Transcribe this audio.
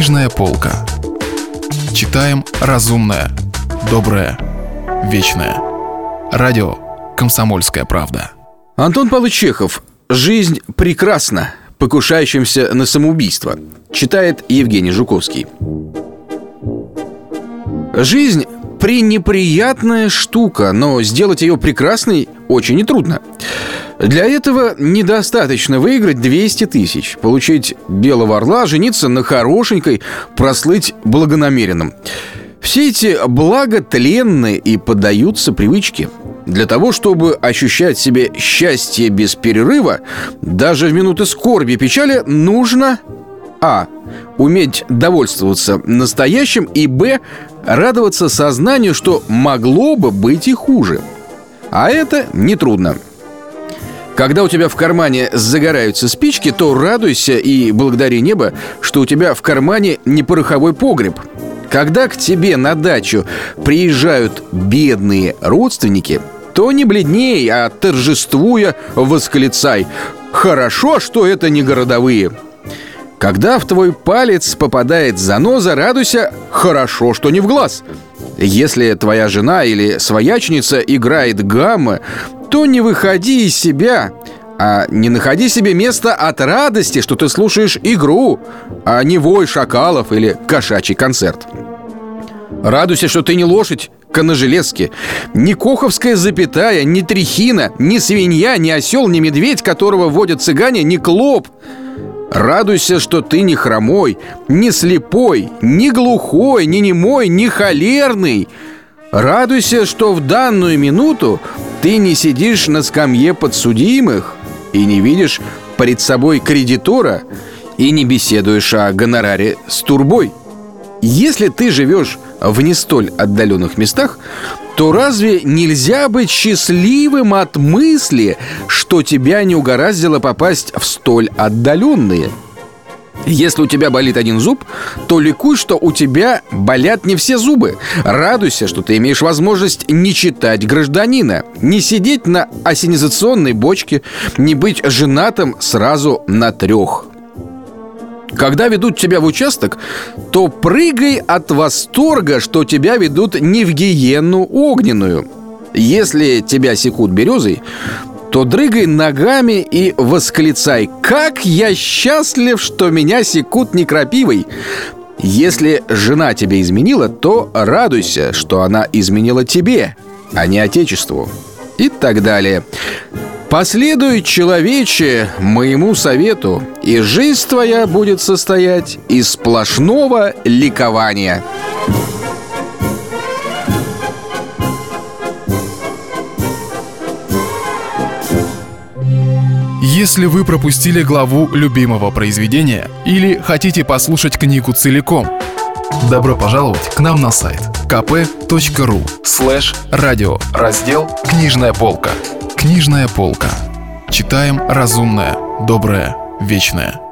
Книжная полка. Читаем разумное, доброе, вечное. Радио «Комсомольская правда». Антон Павлович Чехов. «Жизнь прекрасна покушающимся на самоубийство». Читает Евгений Жуковский. Жизнь пренеприятная штука, но сделать ее прекрасной очень нетрудно. Для этого недостаточно выиграть 200 тысяч, получить белого орла, жениться на хорошенькой, прослыть благонамеренным. Все эти блага тленны и поддаются привычке. Для того, чтобы ощущать в себе счастье без перерыва, даже в минуты скорби и печали, нужно а. уметь довольствоваться настоящим, и б. радоваться сознанию, что могло бы быть и хуже. А это нетрудно. Когда у тебя в кармане загораются спички, то радуйся и благодари небо, что у тебя в кармане не пороховой погреб. Когда к тебе на дачу приезжают бедные родственники, то не бледней, а торжествуя восклицай: «Хорошо, что это не городовые». Когда в твой палец попадает заноза, радуйся: «Хорошо, что не в глаз». Если твоя жена или свояченица играет гаммы, то не выходи из себя, а не находи себе места от радости, что ты слушаешь игру, а не вой шакалов или кошачий концерт. Радуйся, что ты не лошадь Канажелезки, ни Коховская запятая, ни Трехина, ни свинья, ни осел, ни медведь, которого водят цыгане, ни клоп. Радуйся, что ты не хромой, не слепой, не глухой, не немой, не холерный. Радуйся, что в данную минуту ты не сидишь на скамье подсудимых и не видишь перед собой кредитора и не беседуешь о гонораре с турбой. Если ты живешь в не столь отдаленных местах, то разве нельзя быть счастливым от мысли, что тебя не угораздило попасть в столь отдаленные? Если у тебя болит один зуб, то ликуй, что у тебя болят не все зубы. Радуйся, что ты имеешь возможность не читать гражданина, не сидеть на ассенизационной бочке, не быть женатым сразу на 3. Когда ведут тебя в участок, то прыгай от восторга, что тебя ведут не в гиенну огненную. Если тебя секут березой, то дрыгай ногами и восклицай: «Как я счастлив, что меня секут не крапивой!» Если жена тебе изменила, то радуйся, что она изменила тебе, а не отечеству. И так далее. Последуй, человече, моему совету, и жизнь твоя будет состоять из сплошного ликования. Если вы пропустили главу любимого произведения или хотите послушать книгу целиком, добро пожаловать к нам на сайт kp.ru/радио, раздел «Книжная полка». Книжная полка. Читаем разумное, доброе, вечное.